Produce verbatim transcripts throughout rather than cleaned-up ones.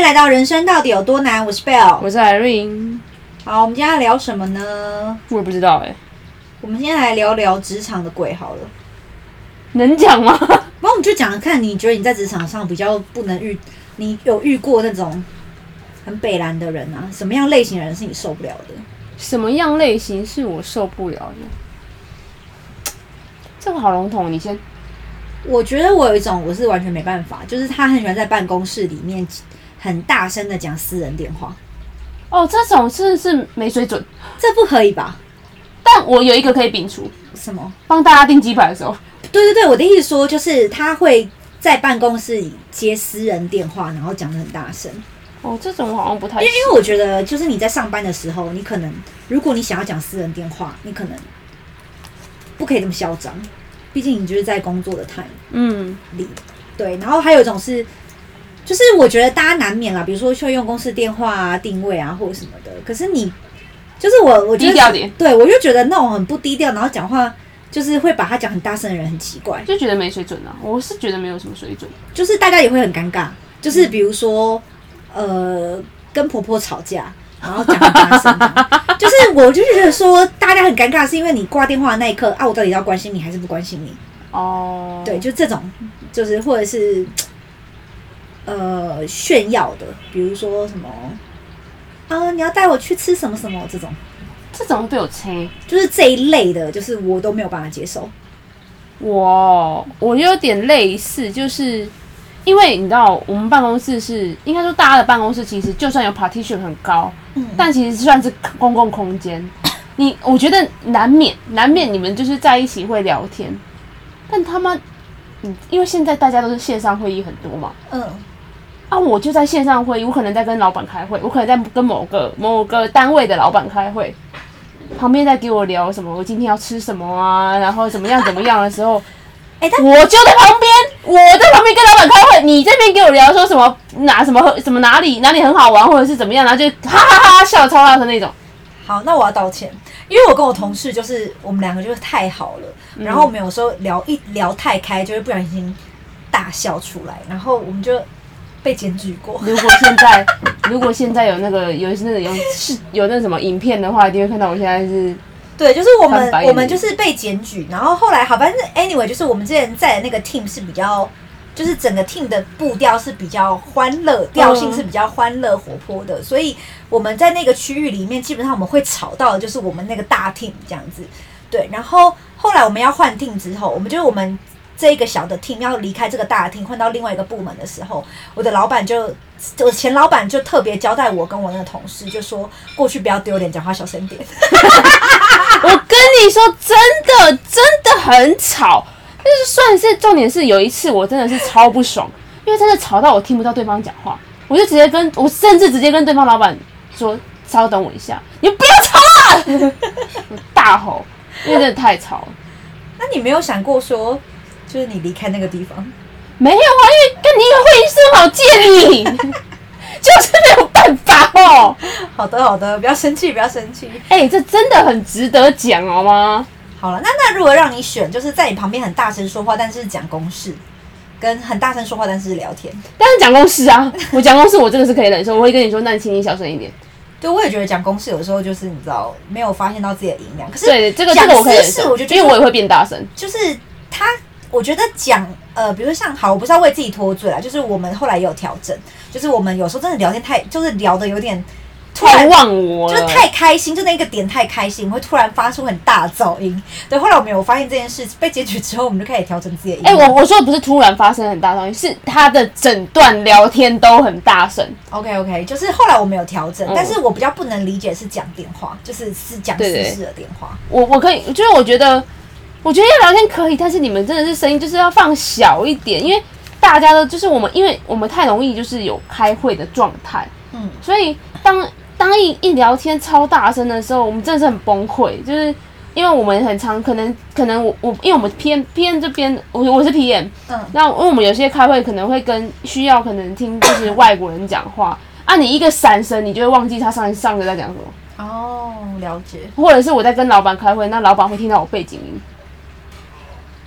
迎来到人生到底有多难，我是 Bell， 我是 Irene。 好，我们今天要聊什么呢？ 我也不知道哎、欸。 我们今天来聊聊职场的鬼好了。 能讲吗？ 那我们就讲看，你觉得你在职场上比较不能遇，你有遇过那种很北蓝的人啊？什么样类型的人是你受不了的？ 什么样类型是我受不了的？这个好笼统，你先。 我觉得我有一种我是完全没办法，就是他很喜欢在办公室里面很大声的讲私人电话。 哦，这种真的是没水准， 这不可以吧？ 但我有一个可以摒除。 什么？ 帮大家订鸡排的时候。 对对对，我的意思说就是他会在办公室里接私人电话，然后讲得很大声。 哦，这种好像不太因为因为我觉得就是你在上班的时候，你可能如果你想要讲私人电话，你可能不可以那么嚣张，毕竟你就是在工作的 time 嗯里，对。然后还有一种是，就是我觉得大家难免啦，比如说会用公司电话啊、定位啊或者什么的，可是你就是我，我觉得低调点， 对我就觉得那种很不低调，然后讲话就是会把他讲很大声的人很奇怪， 就觉得没水准啊。我是觉得没有什么水准， 就是大家也会很尴尬，就是比如说。呃，跟婆婆吵架，然后讲很大声，就是我就觉得说大家很尴尬，是因为你挂电话的那一刻啊，我到底要关心你还是不关心你？哦，对，就这种，就是或者是呃炫耀的，比如说什么啊，你要带我去吃什么什么这种， 这种被我切， 就是这一类的，就是我都没有办法接受。 我我有点类似，就是。因为你知道，我们办公室是应该说大家的办公室，其实就算有 partition 很高，嗯、但其实算是公共空间。你我觉得难免难免你们就是在一起会聊天，但他妈，因为现在大家都是线上会议很多嘛，嗯，啊，我就在线上会议，我可能在跟老板开会，我可能在跟某个某个单位的老板开会，旁边在给我聊什么，我今天要吃什么啊，然后怎么样怎么样的时候。欸、我就在旁边，我在旁边跟老板开会，你这边给我聊说什么哪什么什么哪里哪里很好玩，或者是怎么样，然后就哈哈哈笑超大声那种。 好，那我要道歉，因为我跟我同事就是我们两个就是太好了，嗯、然后我们有时候聊一聊太开，就会不小心大笑出来，然后我们就被检举过。 如果现在如果现在有那个有那个有是有那什么影片的话，一定会看到我现在是。 对，就是我们我们就是被检举，然后后来好，反正 anyway， 就是我们之前在的那个 team 是比较，就是整个 team 的步调是比较欢乐，调性是比较欢乐活泼的，所以我们在那个区域里面，基本上我们会吵到的就是我们那个大 team 这样子。对，然后后来我们要换 team 之后，我们就是我们这一个小的 team 要离开这个大 team 换到另外一个部门的时候，我的老板就我前老板就特别交代我跟我那个同事，就说过去不要丢脸，讲话小声点。 我跟你说，真的真的很吵。就是算是重点是有一次我真的是超不爽，因为真的吵到我听不到对方讲话，我就直接跟我甚至直接跟对方老板说：“稍等我一下，你不要吵啊！”我大吼，因为真的太吵了。 那你没有想过说，就是你离开那个地方？ 没有啊，因为跟你一个会议室好借你，就是没有办法哦。 好的好的，不要生气不要生气。 哎、欸，这真的很值得讲好吗？ 好了，那那如果让你选，就是在你旁边很大声说话，但是讲公事，跟很大声说话但是聊天。 但是讲公事啊，我讲公事我真的是可以忍受，我会跟你说，那你请你小声一点。 对，我也觉得讲公事有时候就是你知道没有发现到自己的音量，可是对这个这个我可以忍受， 我觉得因为我也会变大声。 就是他，我觉得讲呃，比如说像好，我不是要为自己脱罪啦，就是我们后来也有调整，就是我们有时候真的聊天太，就是聊的有点。 太忘我了， 就是太开心，就那个点太开心，会突然发出很大的噪音。对，后来我们有发现这件事，被检举之后，我们就开始调整自己的音量。 哎、欸，我我说的不是突然发生很大噪音，是他的整段聊天都很大声。 OK OK， 就是后来我们有调整、嗯，但是我比较不能理解是讲电话，就是是讲私事的电话。 对对我我可以，就是我觉得，我觉得要聊天可以，但是你们真的是声音就是要放小一点，因为大家都就是我们，因为我们太容易就是有开会的状态，嗯，所以当。当一一聊天超大声的时候，我们真的是很崩溃，就是因为我们很常可能可能我我因为我们 P M P M 这边我我是 P M， 嗯，那因为我们有些开会可能会跟需要可能听就是外国人讲话啊，你一个闪神，你就会忘记他上上个在讲什么。 哦，了解。 或者是我在跟老板开会，那老板会听到我背景音。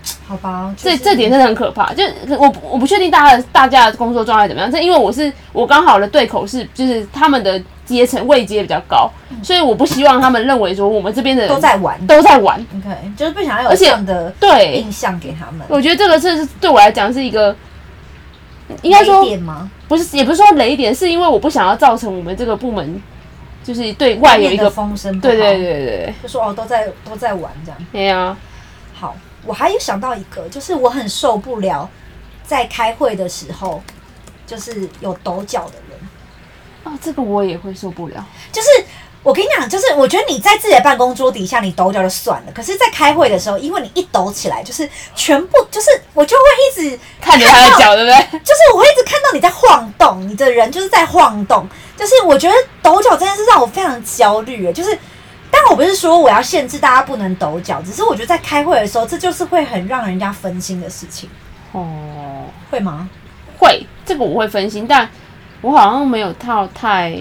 好吧，就是、 这这点真的很可怕。就我我不确定大家大家的工作状态怎么样，这因为我是我刚好的对口是就是他们的阶层位阶比较高，嗯、所以我不希望他们认为说我们这边的人都在玩都在玩。 OK， 就是不想要有这样的对印象给他们。 我觉得这个是对我来讲是一个应该说不是，也不是说雷点，是因为我不想要造成我们这个部门就是对外有一个风声。 对对对对， 就说哦都在都在玩这样。 对啊。 好，我还有想到一个，就是我很受不了在开会的时候，就是有抖脚的人。 啊，这个我也会受不了。 就是我跟你讲，就是我觉得你在自己的办公桌底下你抖脚就算了，可是，在开会的时候，因为你一抖起来，就是全部，就是我就会一直看着他的脚，对不对？ 就是我会一直看到你在晃动，你的人就是在晃动。就是我觉得抖脚真的是让我非常焦虑，就是。但我不是说我要限制大家不能抖脚，只是我觉得在开会的时候，这就是会很让人家分心的事情。哦，会吗？ 会，这个我会分心，但我好像没有套太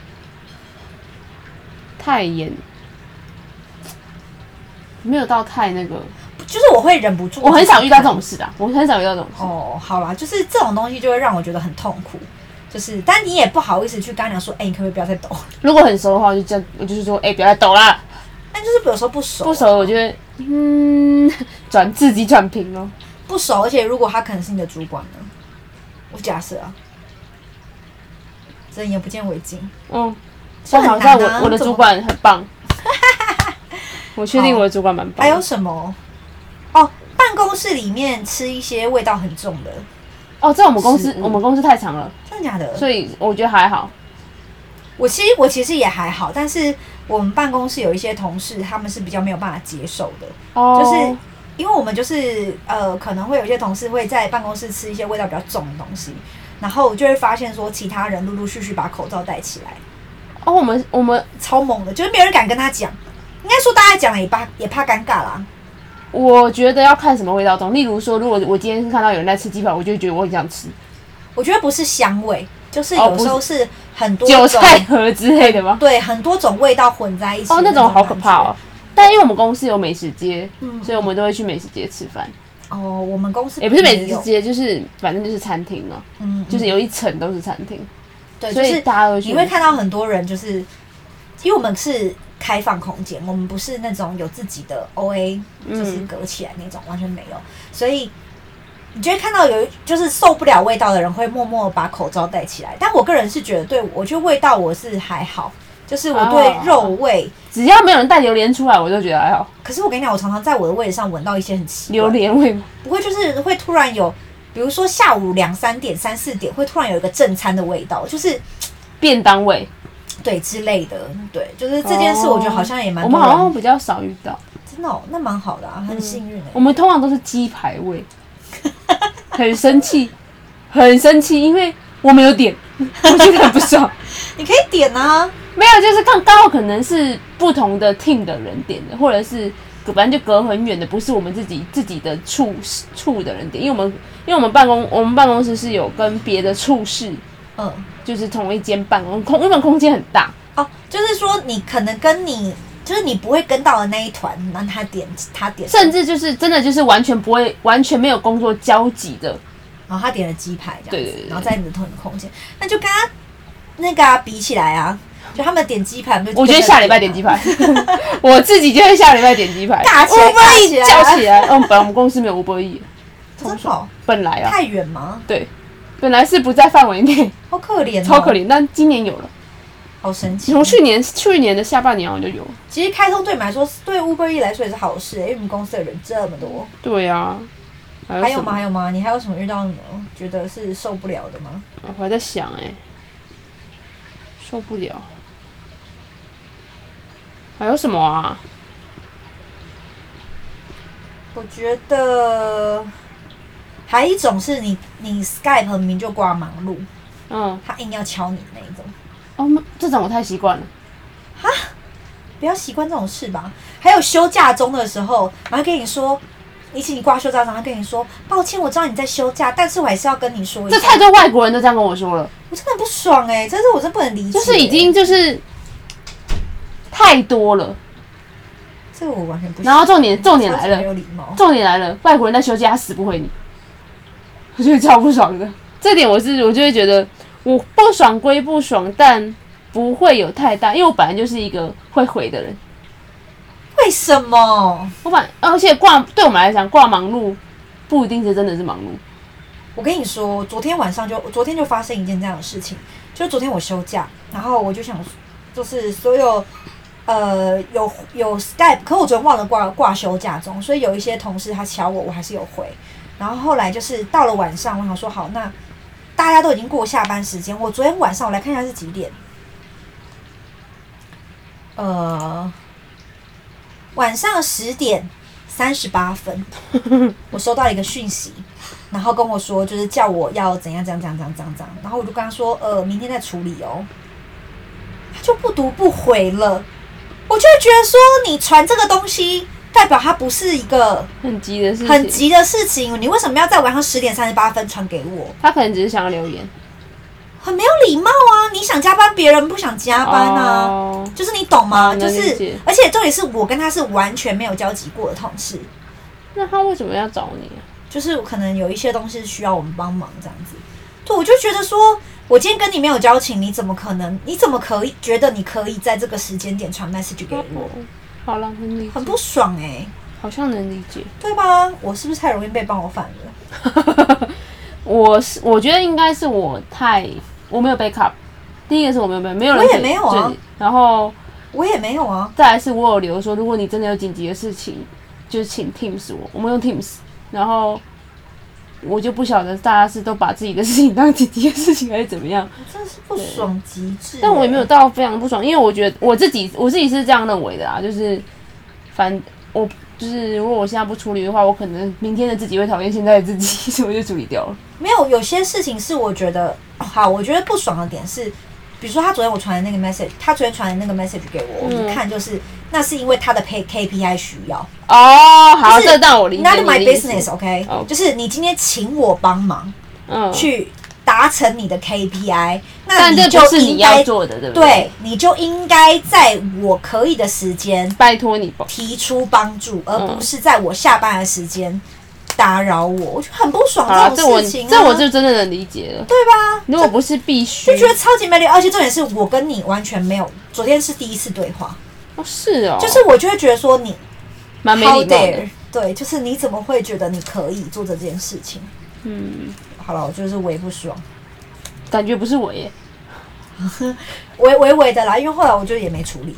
太严，没有到太那个， 就是我会忍不住。 我很少遇到这种事的，我很少遇到这种事。 哦，好啦，就是这种东西就会让我觉得很痛苦。就是，但你也不好意思去跟他讲说，哎、欸，你可不可以不要再抖？ 如果很熟的话，我就这样，我就是说，哎、欸，不要再抖啦。 但就是有时候不熟、啊， 不熟，我觉得，嗯，转自己转平哦。 不熟，而且如果他可能是你的主管呢？我假设啊，睁眼不见为净。嗯， 幸好在我我的主管很棒。我确定我的主管蛮棒。 还有什么？哦，办公室里面吃一些味道很重的。 哦，在我们公司，我们公司太长了， 真的假的？ 所以我觉得还好。 我其实我其实也还好，但是我们办公室有一些同事，他们是比较没有办法接受的，哦、就是因为我们就是呃，可能会有一些同事会在办公室吃一些味道比较重的东西，然后就会发现说其他人陆陆续续把口罩戴起来。 哦，我们我们超猛的，就是没有人敢跟他讲，应该说大家讲了也怕也怕尴尬啦。 我觉得要看什么味道重，例如说，如果我今天看到有人在吃鸡排，我就会觉得我很想吃。 我觉得不是香味，就是有时候是很多韭菜盒之类的吗？ 对，很多种味道混在一起。 哦，那种好可怕哦！但因为我们公司有美食街，嗯、所以我们都会去美食街吃饭。 哦，我们公司也不是美食街，就是反正就是餐厅哦、喔。嗯，就是有一层都是餐厅。 对， 所以大家都去。 你会看到很多人，就是因为我们是开放空间，我们不是那种有自己的 O A， 就是隔起来那种，嗯、完全没有。所以你就会看到有就是受不了味道的人会默默把口罩戴起来。但我个人是觉得，对我觉得味道我是还好，就是我对肉味， 啊、只要没有人带榴莲出来，我就觉得还好。 可是我跟你讲，我常常在我的位置上闻到一些很奇怪榴莲味吗？ 不会，就是会突然有，比如说下午两三点、三四点，会突然有一个正餐的味道，就是便当味。 对之类的，对，就是这件事，我觉得好像也蛮多人、 哦。我们好像比较少遇到， 真的、哦，那蛮好的啊，很幸运、欸嗯。 我们通常都是鸡排味，很生气，很生气，因为我没有点，我觉得很不爽。 你可以点啊， 没有，就是刚刚好可能是不同的 team 的人点的，或者是反正就隔很远的，不是我们自己自己的处处的人点，因为我们因为我们办公我们办公室是有跟别的处室。嗯，就是同一间办公空，因为空间很大哦。就是说，你可能跟你，就是你不会跟到的那一团，让他点，他点， 甚至就是真的就是完全不会，完全没有工作交集的。 然后他点了鸡排这样子， 对对对， 然后在你的同一个空间，那就跟他那个、啊、比起来啊，就他们点鸡排， 我觉得下礼拜点鸡排，我自己就会下礼拜点鸡排， 尬起来，尬起来， 叫起来。嗯，本来我们公司没有Uber Eats， 真好， 本来啊， 太远吗？ 对。本来是不在范围内， 好可怜、哦， 超可怜。但今年有了， 好神奇。 从去年去年的下半年我就有。 其实开通对我们来说，对 Uber Eats 来说也是好事、欸，因为我们公司的人这么多。 对啊， 还有, 还有吗？还有吗？你还有什么遇到什么觉得是受不了的吗？ 我还在想哎、欸，受不了。还有什么啊？ 我觉得。还一种是你你 Skype 明明就挂忙碌，嗯，他硬要敲你那一种。 哦，这种我太习惯了。 哈，不要习惯这种事吧。还有休假中的时候，然后跟你说，一起你挂休假中，他跟你说，抱歉，我知道你在休假，但是我还是要跟你说一下。 这太多外国人都这样跟我说了， 我真的不爽哎、欸，这是我真不能理解、欸。 就是已经就是太多了。 这个我完全不行。 然后重点重点来了， 没有礼貌。 重点来了，外国人在休假，他死不回你，我觉得超不爽的。这点我是我就会觉得，我不爽归不爽，但不会有太大，因为我本来就是一个会回的人。 为什么？ 我本而且挂对我们来讲，挂忙碌不一定是真的是忙碌。 我跟你说，昨天晚上就昨天就发生一件这样的事情，就昨天我休假，然后我就想，就是所有呃有有 Skype， 可我昨天忘了挂挂休假中，所以有一些同事他敲我，我还是有回。然后后来就是到了晚上，我想说好，那大家都已经过下班时间，我昨天晚上我来看一下是几点，呃，晚上十点三十八分，我收到一个讯息。然后跟我说，就是叫我要怎样怎样怎样怎样怎样，然后我就跟他说，呃，明天再处理哦。他就不读不回了，我就会觉得说，你传这个东西，代表它不是一个很急的事情， 很急的事情，你为什么要在晚上十点三十八分传给我？ 他可能只是想要留言， 很没有礼貌啊！你想加班，别人不想加班啊，哦、就是你懂吗？ 哦、 就是，而且重点是我跟他是完全没有交集过的同事。 那他为什么要找你啊？ 就是可能有一些东西需要我们帮忙这样子，对，我就觉得说，我今天跟你没有交情，你怎么可能？你怎么可以觉得你可以在这个时间点传 message 给我？ 好了，很理解， 很不爽哎、欸， 好像能理解， 对吧？我是不是太容易被帮我反了？ 我是我觉得应该是我太我没有 backup， 第一个是我没有没有人， 我也没有啊， 然后我也没有啊， 再来是我有留说，如果你真的有紧急的事情，就是请 Teams 我，我们用 Teams。然后我就不晓得大家是都把自己的事情当紧急的事情还是怎么样， 真的是不爽极致、欸。 但我也没有到非常不爽，因为我觉得我自己我自己是这样认为的啊，就是反我就是如果我现在不处理的话，我可能明天的自己会讨厌现在的自己，所以我就处理掉了。 没有，有些事情是我觉得好，我觉得不爽的点是，比如说他昨天我传的那个 message， 他昨天传的那个 message 给我，嗯、我一看就是那是因为他的 K P I 需要。 哦，好，这让我理解。 Not my business，OK，、okay? 就是你今天请我帮忙，嗯，去达成你的 K P I， 那你就是你要做的，对不对？ 对，你就应该在我可以的时间， 拜托你提出帮助，而不是在我下班的时间打扰我。我就很不爽这种事情、啊， 这我这我就真的能理解了， 对吧？ 如果不是必须， 就觉得超级没理，而且重点是我跟你完全没有，昨天是第一次对话。 哦，是哦， 就是我就会觉得说你蛮没礼貌的， 对，就是你怎么会觉得你可以做这件事情？ 嗯， 好了，我就是微不爽， 感觉不是我耶， 微微微的啦，因为后来我就也没处理。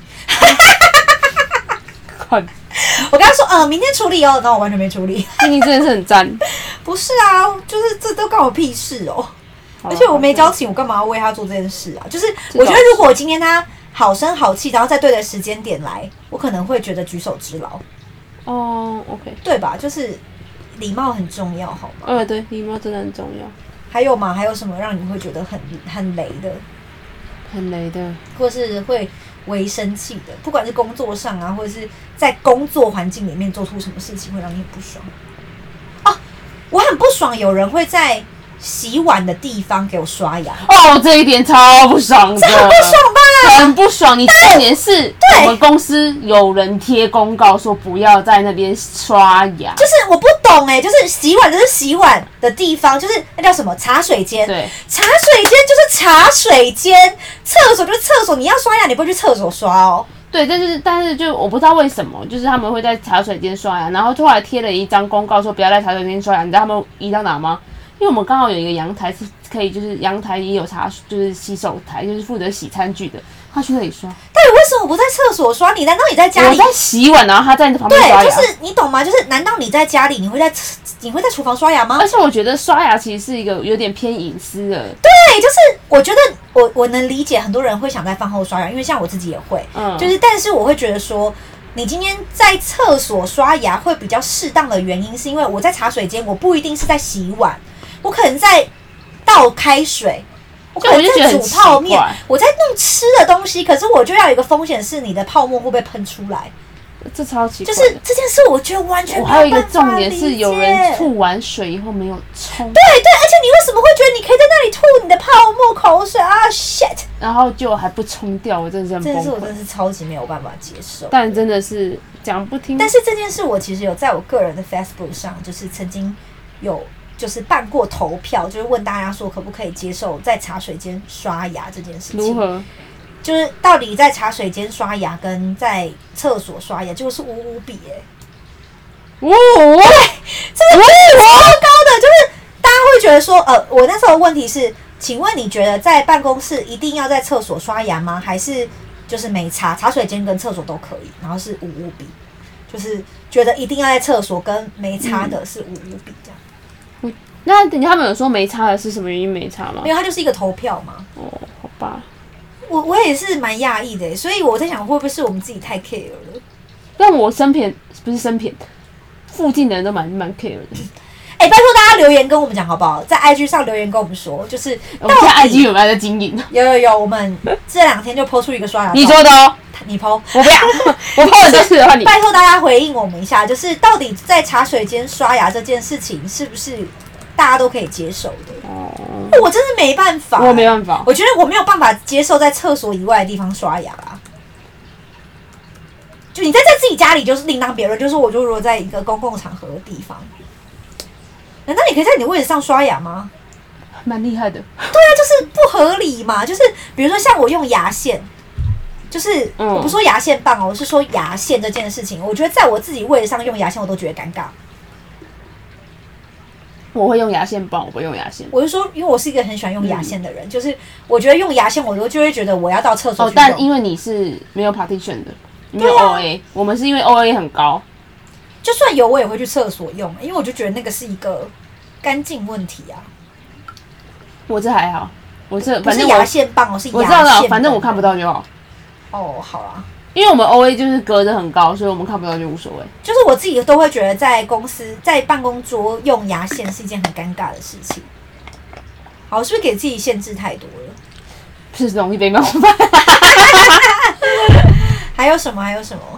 我跟他说，呃，明天处理哦，然后我完全没处理。 你真的是很赞， 不是啊，就是这都干我屁事哦，而且我没交情，我干嘛要为他做这件事啊？就是我觉得如果今天他好声好气，然后在对的时间点来，我可能会觉得举手之劳。 哦、oh, ，OK， 对吧？就是礼貌很重要，好吗？ 呃，对，礼貌真的很重要。 还有吗？还有什么让你会觉得很很雷的？ 很雷的， 或是会微生气的？不管是工作上啊，或者是在工作环境里面做出什么事情会让你很不爽？哦，我很不爽，有人会在洗碗的地方给我刷牙。 哦，这一点超不爽的， 这很不爽吧？ 很不爽。你重点是我们公司有人贴公告说不要在那边刷牙， 就是我不懂哎、欸，就是洗碗就是洗碗的地方，就是那叫什么茶水间？ 对， 茶水间就是茶水间，厕所就是厕所。你要刷牙，你不会去厕所刷哦。 对，但是但是就我不知道为什么，就是他们会在茶水间刷牙，然后后来贴了一张公告说不要在茶水间刷牙。你知道他们移到哪吗？因为我们刚好有一个阳台是可以，就是阳台也有茶，就是洗手台，就是负责洗餐具的，他去那里刷。 到底为什么不在厕所刷？你难道你在家里？ 我在洗碗，然后他在旁边刷牙。 对，就是你懂吗？就是难道你在家里，你会在你会在厨房刷牙吗？ 而且我觉得刷牙其实是一个有点偏隐私的。 对，就是我觉得我我能理解很多人会想在饭后刷牙，因为像我自己也会，嗯，就是但是我会觉得说。你今天在厕所刷牙会比较适当的原因，是因为我在茶水间，我不一定是在洗碗，我可能在倒开水，我可能在煮泡面，我在弄吃的东西，可是我就要有一个风险是你的泡沫会不会喷出来， 这超奇怪。 就是这件事，我觉得完全没有办法理解。 我还有一个重点是，有人吐完水以后没有冲。 对对，而且你为什么会觉得你可以在那里吐你的泡沫口水啊 ？shit！ 然后就还不冲掉，我真的是很崩溃。 这件事我真的是超级没有办法接受。 但真的是讲不听。 但是这件事我其实有在我个人的 Facebook 上，就是曾经有就是办过投票，就是问大家说可不可以接受在茶水间刷牙这件事情。 如何？ 就是到底在茶水间刷牙跟在厕所刷牙，就是五五比哎、欸。 哦，对， 这个比超高的，就是大家会觉得说，呃，我那时候问题是，请问你觉得在办公室一定要在厕所刷牙吗？还是就是没差，茶水间跟厕所都可以？然后是五五比，就是觉得一定要在厕所跟没差的是五五比这样。 嗯、那他们有说没差的是什么原因没差吗？ 因为它就是一个投票嘛。 哦，好吧。 我我也是蛮讶异的，所以我在想会不会是我们自己太 care 了？ 但我身边不是身边，附近的人都蛮蛮 care 的。 哎、欸，拜托大家留言跟我们讲好不好？在 I G 上留言跟我们说，就是我们现在 I G 有没有在经营？ 有有有，我们这两天就 po 出一个刷牙。 你说的哦， 你 po， 我不要，我 po 很多次的话你。 拜托大家回应我们一下，就是到底在茶水间刷牙这件事情是不是大家都可以接受的？哦，我真的没办法、欸， 我没办法， 我觉得我没有办法接受在厕所以外的地方刷牙啦。就你在在自己家里就是另当别论，就是我就如果在一个公共场合的地方，难道你可以在你的位置上刷牙吗？ 蛮厉害的。 对啊，就是不合理嘛。就是比如说像我用牙线，就是、嗯、我不说牙线棒哦，我是说牙线这件事情，我觉得在我自己位置上用牙线我都觉得尴尬。 我会用牙线棒，我不用牙线。 我是说，因为我是一个很喜欢用牙线的人，嗯、就是我觉得用牙线，我都就会觉得我要到厕所去用。 哦，但因为你是没有 partition 的，没有 O A，、啊、我们是因为 O A 很高， 就算有我也会去厕所用，因为我就觉得那个是一个干净问题啊。 我这还好，我这反正不是牙线棒，我是牙线。 我知道了，反正我看不到就好。 哦，好啊。 因为我们 O A 就是隔着很高，所以我们看不到就无所谓。 就是我自己都会觉得，在公司在办公桌用牙线是一件很尴尬的事情。好，是不是给自己限制太多了？ 是容易被冒犯。 还有什么？还有什么？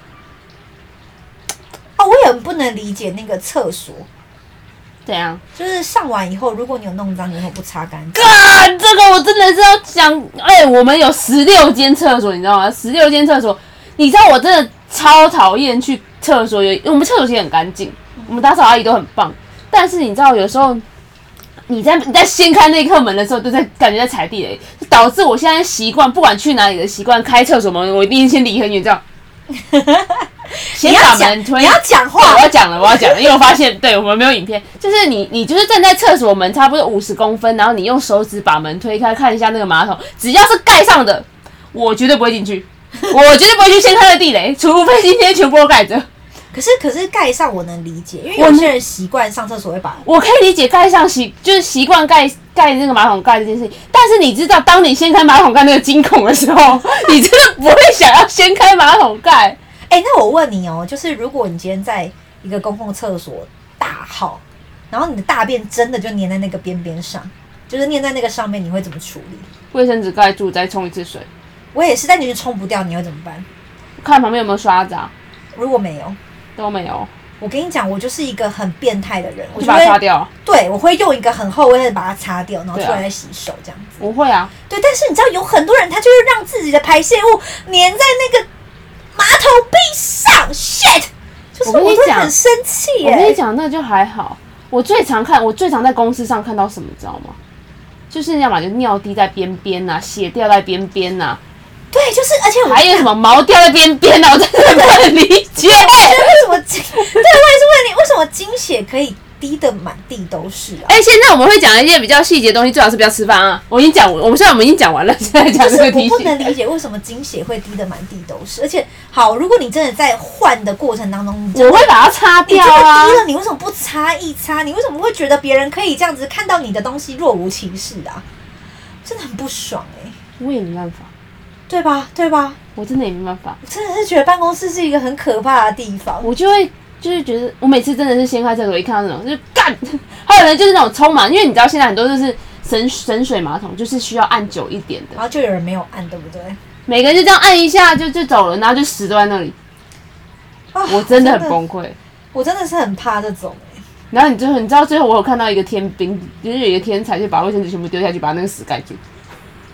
哦，我也很不能理解那个厕所。 怎样？ 就是上完以后，如果你有弄脏，你为什么不擦干净？ 干，这个我真的是要讲。哎、欸，我们有十六间厕所，你知道吗？十六间厕所，你知道我真的超讨厌去厕所。有我们厕所其实很干净，我们打扫阿姨都很棒。但是你知道，有时候你在你在掀开那一刻门的时候，都在感觉在踩地雷，导致我现在习惯，不管去哪里的习惯，开厕所门我一定先离很远，这样。先把门推， 你要讲话， 我要讲了，我要讲了，因为我发现，对我们没有影片，就是你，你就是站在厕所门差不多五十公分，然后你用手指把门推开，看一下那个马桶，只要是盖上的，我绝对不会进去，我绝对不会去掀开那地雷，除非今天全部都盖着。 可是，可是盖上我能理解，因为有些人习惯上厕所会把， 我可以理解盖上习就是习惯盖盖那个马桶盖这件事情，但是你知道，当你掀开马桶盖那个惊恐的时候，你真的不会想要掀开马桶盖。 哎、欸，那我问你哦，就是如果你今天在一个公共厕所大号，然后你的大便真的就粘在那个边边上，就是粘在那个上面，你会怎么处理？ 卫生纸盖住，再冲一次水。 我也是，但你是冲不掉，你会怎么办？ 看旁边有没有刷子啊？ 如果没有， 都没有。 我跟你讲，我就是一个很变态的人，我就把它擦掉。 对，我会用一个很厚的把它擦掉，然后出来再洗手这样子。 我会啊。 对，但是你知道有很多人他就是让自己的排泄物粘在那个马桶壁上 ，shit！ 就是我真的很生气耶。 我跟你讲，那就还好。我最常看，我最常在公司上看到什么，你知道吗？就是要么就尿滴在边边呐，血掉在边边呐。 对，就是，而且我还有什么毛掉在边边呐，我真的不能理解。 为什么精？对，我也是问你，为什么精血可以滴得满地都是啊？ 哎、欸，现在我们会讲一些比较细节的东西，最好是不要吃饭啊。我已经讲，我们现在我们已经讲完了，现在讲这个提醒。 我不能理解为什么精血会滴得满地都是，而且好，如果你真的在换的过程当中， 我会把它擦掉啊。 你滴了，你为什么不擦一擦？你为什么会觉得别人可以这样子看到你的东西若无其事啊？真的很不爽哎、欸。 我也没办法，对吧？对吧？ 我真的也没办法。 我真的是觉得办公室是一个很可怕的地方， 我就会。就是觉得我每次真的是掀开厕所一看到那种就干，还有人就是那种冲嘛，因为你知道现在很多就是省省水马桶，就是需要按久一点的， 然后就有人没有按，对不对？ 每个人就这样按一下就就走了，然后就死都在那里。啊、我真的很崩溃， 我真的是很怕这种、欸。 然后你就你知道最后我有看到一个天兵，就是有一个天才就把卫生纸全部丢下去，把那个屎盖住。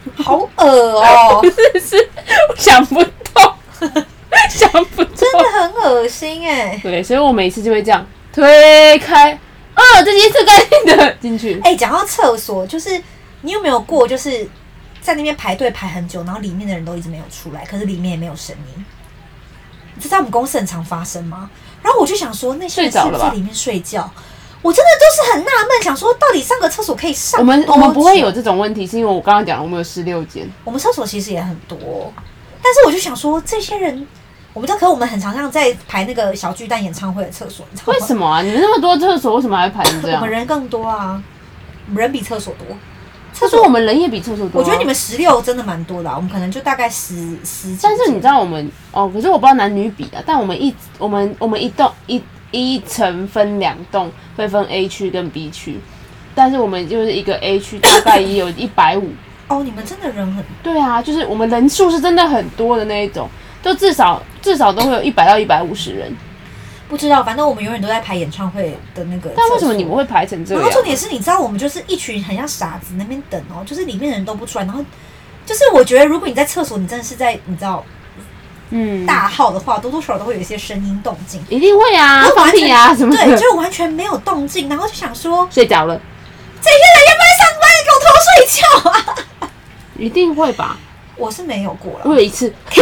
好恶哦、喔！ 是是，我想不透，想不透， 真的很恶心哎、欸。 对，所以我每次就会这样推开，啊，这间是干净的，进去。 哎、欸，讲到厕所，就是你有没有过，就是在那边排队排很久，然后里面的人都一直没有出来，可是里面也没有声音。这在我们公司很常发生吗？然后我就想说，那些人是不是在里面睡觉？我真的就是很纳闷，想说到底上个厕所可以上我们我们不会有这种问题，是因为我刚刚讲了，我们有十六间， 我们厕所其实也很多，但是我就想说，这些人，我们都可能我们很常常在排那个小巨蛋演唱会的厕所，你知道吗？ 为什么啊？你们那么多厕所，为什么还排成这样？ 我们人更多啊，我们人比厕所多。 厕所我们人也比厕所多、啊。 我觉得你们十六真的蛮多的、啊，我们可能就大概十十。 但是你知道我们哦，可是我不知道男女比啊，但我们一我们我们一栋一。一层分两栋，会分 A 区跟 B 区，但是我们就是一个 A 区，大概也有一百五。 哦，你们真的人很对啊，就是我们人数是真的很多的那一种，就至少至少都会有一百到一百五十人。 不知道，反正我们永远都在排演唱会的那个。 但为什么你们会排成这样？ 然后重点是，你知道我们就是一群很像傻子那边等哦，就是里面的人都不出来，然后就是我觉得如果你在厕所，你真的是在你知道。嗯，大号的话，多多少少都会有一些声音动静， 一定会啊，放屁啊什么的， 对，就完全没有动静，然后就想说睡着了， 这些人要不要上班？你给我偷睡觉啊！ 一定会吧？ 我是没有过了， 我有一次检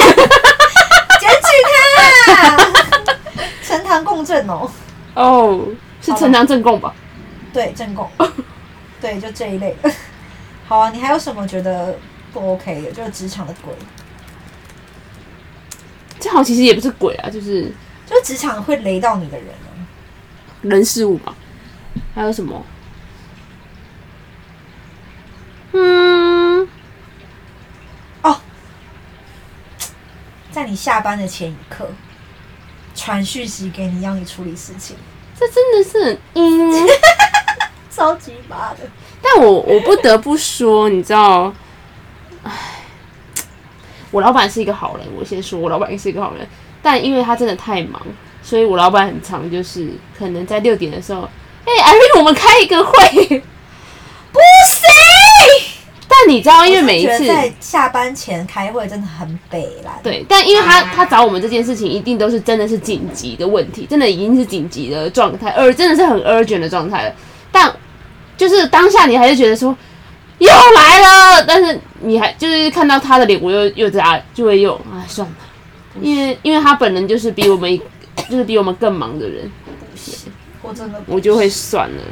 举他，呈堂共振哦。 哦，是呈堂证供吧？ 对，证供，对，就这一类的。好啊，你还有什么觉得不 OK 的？就是职场的鬼。 这好像其实也不是鬼啊，就是就是职场会雷到你的人啊， 人事物吧。还有什么？嗯， 哦，在你下班的前一刻传讯息给你，让你处理事情， 这真的是很阴， 超级麻的。 但我我不得不说，你知道，唉。我老板是一个好人，我先说，我老板也是一个好人，但因为他真的太忙，所以我老板很常就是可能在六点的时候，哎、欸，艾瑞，我们开一个会， 不行。 但你知道，因为每一次在下班前开会真的很北啦。 对，但因为他他找我们这件事情，一定都是真的是紧急的问题，真的已经是紧急的状态，而真的是很 urgent 的状态了。但就是当下你还是觉得说。又来了，但是你还就是看到他的脸，我又又在就会又啊算了，因为因为他本人就是比我们就是比我们更忙的人， 我真的我就会算了。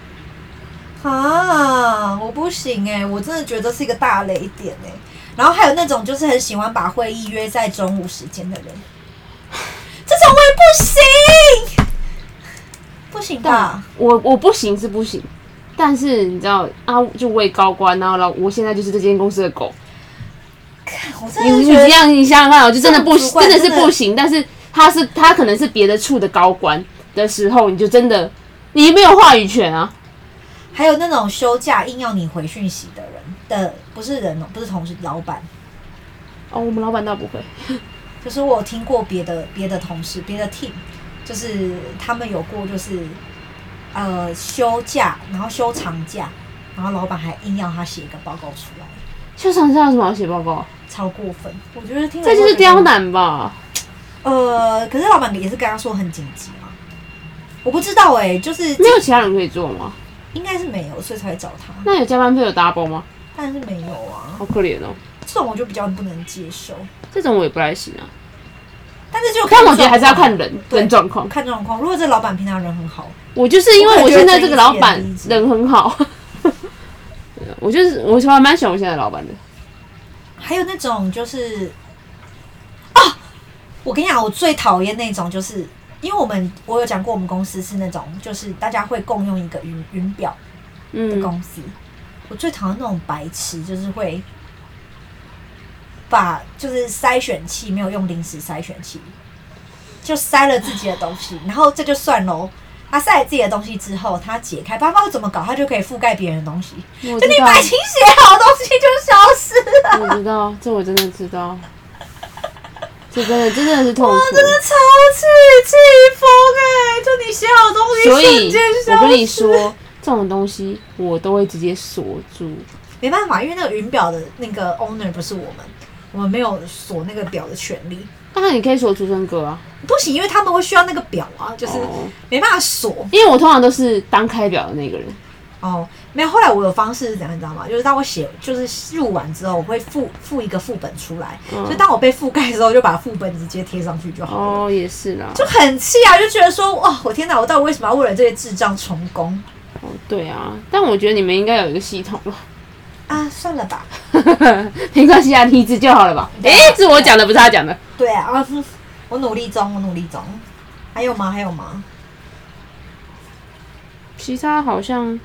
啊，我不行哎、欸，我真的觉得是一个大雷点哎、欸。然后还有那种就是很喜欢把会议约在中午时间的人，这种我也不行，不行吧？ 我我不行是不行。但是你知道啊，就位高官，然后老我现在就是这间公司的狗。 我真的你你这样你想想看，我就真的不真的是不行。但是他是他可能是别的处的高官的时候，你就真的你没有话语权啊。 还有那种休假硬要你回讯息的人的，不是人哦，不是同事，老板。 哦，我们老板倒不会。 就是我有听过别的别的同事，别的 team， 就是他们有过就是。呃，休假，然后休长假，然后老板还硬要他写一个报告出来。 休长假有什么要写报告？ 超过分，我觉得听这就是刁难吧。 呃，可是老板也是跟他说很紧急嘛。我不知道哎、欸，就是没有其他人可以做吗？ 应该是没有，所以才会找他。 那有加班费有 double 吗？ 但是没有啊， 好可怜哦。 这种我就比较不能接受。 这种我也不太行啊。 但是就但我觉得还是要看人跟状况， 看状况。如果这老板平常人很好， 我就是因为我现在这个老板人很好，我就是我还蛮喜欢我现在的老板的。 还有那种就是啊，我跟你讲，我最讨厌那种就是，因为我们我有讲过，我们公司是那种就是大家会共用一个云云表的公司。嗯、我最讨厌那种白痴，就是会。把就是筛选器没有用临时筛选器，就筛了自己的东西，然后这就算喽。他筛了自己的东西之后，他解开，不知道怎么搞，他就可以覆盖别人的东西。就你白清写好的东西就消失了。我知道，这我真的知道。这真的真的是痛苦。 我真的超气气疯哎！就你写好东西， 所以我跟你说， 这种东西我都会直接锁住。 没办法，因为那个云表的那个 owner 不是我们，我们没有锁那个表的权利。 那你可以锁出生歌啊， 不行，因为他们会需要那个表啊，就是没办法锁。哦、 因为我通常都是当开表的那个人。 哦，没有。后来我有方式是怎样，你知道吗？就是当我写，就是入完之后，我会附附一个副本出来，嗯、所以当我被覆盖之后，就把副本直接贴上去就好了。 哦，也是啦， 就很气啊，就觉得说，哇，我天哪，我到底为什么要为了这些智障重工？ 哦，对啊，但我觉得你们应该有一个系统了。 啊，算了吧， 没关系啊，离职就好了吧？哎、欸，是我讲的，不是他讲的。 对啊，我努力中，我努力中。还有吗？还有吗？ 其他好像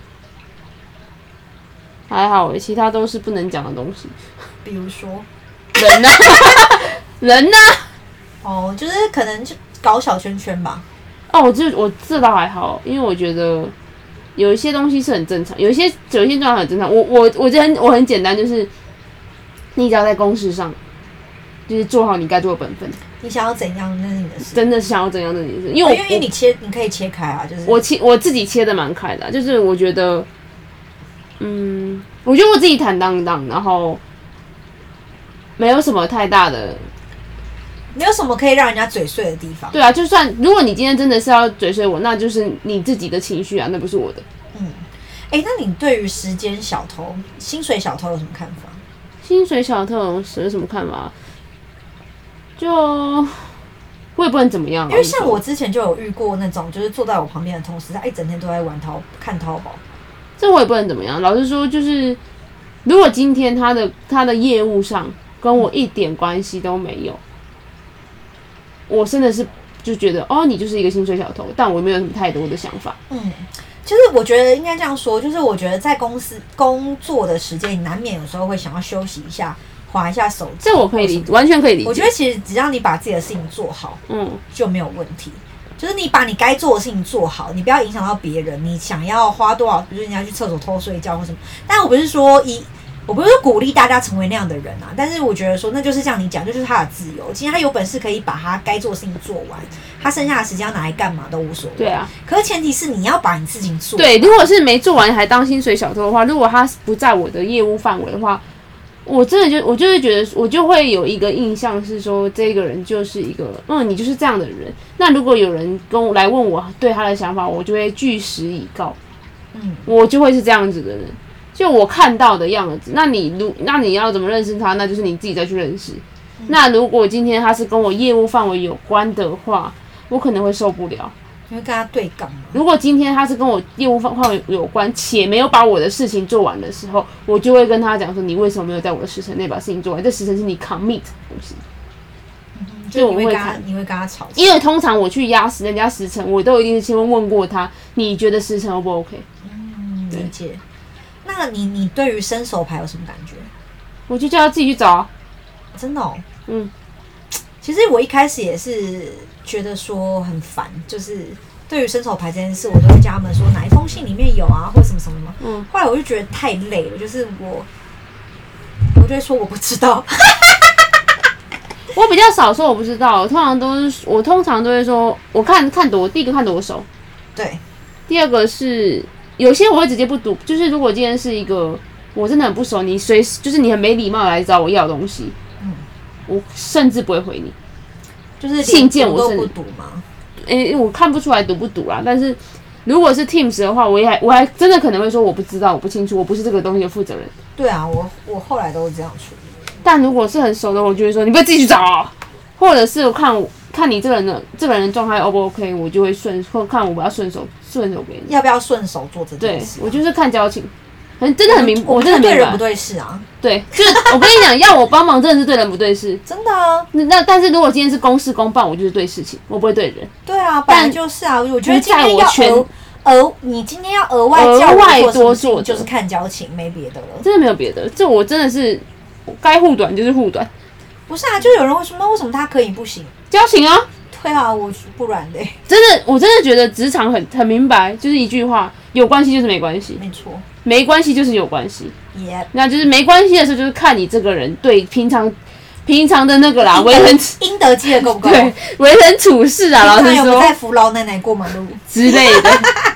还好诶，其他都是不能讲的东西。 比如说人呢、啊？人呢、啊？ 哦，就是可能就搞小圈圈吧。 哦，我这我这倒还好，因为我觉得。有一些东西是很正常，有一些有一些状况很正常。我我我觉得很我很简单，就是你只要在公事上，就是做好你该做的本分。 你想要怎样，那是你的事。 真的想要怎样，那是你的事。因为我、 哦、因为你切，你可以切开啊，就是我切我自己切的蛮开的、啊，就是我觉得，嗯，我觉得我自己坦荡荡，然后没有什么太大的。 没有什么可以让人家嘴碎的地方。 对啊，就算如果你今天真的是要嘴碎我，那就是你自己的情绪啊，那不是我的。 嗯，哎、欸，那你对于时间小偷、薪水小偷有什么看法？ 薪水小偷有什么看法？就我也不能怎么样、啊， 因为像我之前就有遇过那种，就是坐在我旁边的同事，他一整天都在玩淘看淘宝。 这我也不能怎么样。老实说，就是如果今天他的他的业务上跟我一点关系都没有。我真的是就觉得哦，你就是一个薪水小偷，但我没有什么太多的想法。 嗯，就是我觉得应该这样说，就是我觉得在公司工作的时间，你难免有时候会想要休息一下，滑一下手机。 这我可以理解，完全可以理解。 我觉得其实只要你把自己的事情做好，嗯，就没有问题。就是你把你该做的事情做好，你不要影响到别人。你想要花多少，比如说你要去厕所偷睡觉或什么，但我不是说一。我不是鼓励大家成为那样的人啊，但是我觉得说那就是像你讲，就是他的自由。今天他有本事可以把他该做的事情做完，他剩下的时间要拿来干嘛都无所谓。 对啊， 可是前提是你要把你事情做完。 对，如果是没做完还当薪水小偷的话，如果他不在我的业务范围的话，我真的就我就会觉得我就会有一个印象是说这个人就是一个嗯你就是这样的人。那如果有人跟我来问我对他的想法，我就会据实以告。嗯，我就会是这样子的人。就我看到的样子，那你如那你要怎么认识他，那就是你自己再去认识。嗯、那如果今天他是跟我业务范围有关的话，我可能会受不了。 你会跟他对杠吗？ 如果今天他是跟我业务范围有关，且没有把我的事情做完的时候，我就会跟他讲说：你为什么没有在我的时辰内把事情做完？这时辰是你 commit 的东西。 嗯、就我会跟他，你会跟他吵架。 因为通常我去压死人家时辰，我都一定是先问过他，你觉得时辰 O 不 OK？ 嗯，理解。那你你对于伸手牌有什么感觉？ 我就叫他自己去找啊。 真的哦。 嗯。 其实我一开始也是觉得说很烦，就是对于伸手牌这件事，我都会叫他们说哪一封信里面有啊，或什么什么什么。嗯。后来我就觉得太累了，就是我，我就会说我不知道。 我比较少说我不知道，我通常都是我通常都会说，我看看多，第一个看多熟。 对。 第二个是。有些我会直接不读，就是如果今天是一个我真的很不熟，你随时就是你很没礼貌来找我要东西，嗯，我甚至不会回你， 就是信件我甚至不读吗？ 诶、欸，我看不出来读不读啦。但是如果是 Teams 的话，我也还我还真的可能会说我不知道，我不清楚，我不是这个东西的负责人。 对啊，我我后来都是这样处理。 但如果是很熟的，我就会说你不要自己去找、啊，或者是我看我。看你这个人的这个人的状态 O 不 OK， 我就会顺或看我不要顺手顺手给你， 要不要顺手做这件事、啊？ 对，我就是看交情，很真的很明， 我, 我真的对人不对事啊。 对，就是我跟你讲，要我帮忙真的是对人不对事， 真的啊。 那但是如果今天是公事公办，我就是对事情，我不会对人。 对啊，本来就是啊。我觉得今天要额额，你今天要额外额外多做， 就是看交情，没别的了。 真的没有别的，这我真的是该护短就是护短。 不是啊，就有人会说，那为什么他可以不行？ 交情啊。 对啊，我不然嘞。 真的，我真的觉得职场很很明白，就是一句话：有关系就是没关系。 没错， 没关系就是有关系。 Yep. 那就是没关系的时候，就是看你这个人对平常平常的那个啦，为人应得积的够不够？ 对，为人处事啊，老实说， 有没有在扶老奶奶过马路之类的，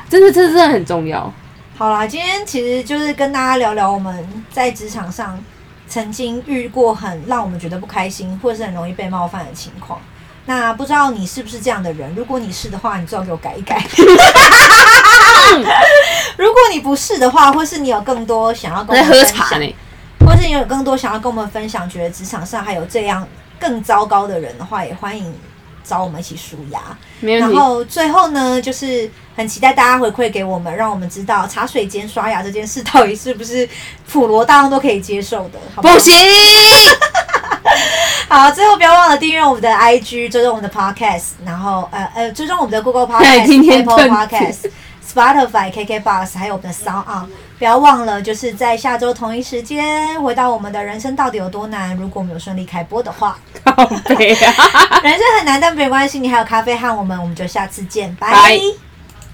真的，这真的很重要。 好啦，今天其实就是跟大家聊聊我们在职场上曾经遇过很让我们觉得不开心，或者是很容易被冒犯的情况。那不知道你是不是这样的人？如果你是的话，你最好给我改一改。如果你不是的话，或是你有更多想要跟我们分享，或是你有更多想要跟我们分享，觉得职场上还有这样更糟糕的人的话，也欢迎找我们一起抒压。然后最后呢，就是很期待大家回馈给我们，让我们知道茶水间刷牙这件事到底是不是普罗大众都可以接受的，好不好？ 不行。 好，最后不要忘了订阅我们的 I G， 追踪我们的 Podcast， 然后呃呃，追踪我们的 Google Podcast、Apple Podcast、Spotify、K K Box， 还有我们的 Sound On。不要忘了，就是在下周同一时间回到我们的人生到底有多难。如果我们有顺利开播的话， 靠北啊， 人生很难，但没关系，你还有咖啡和我们，我们就下次见，拜。 Bye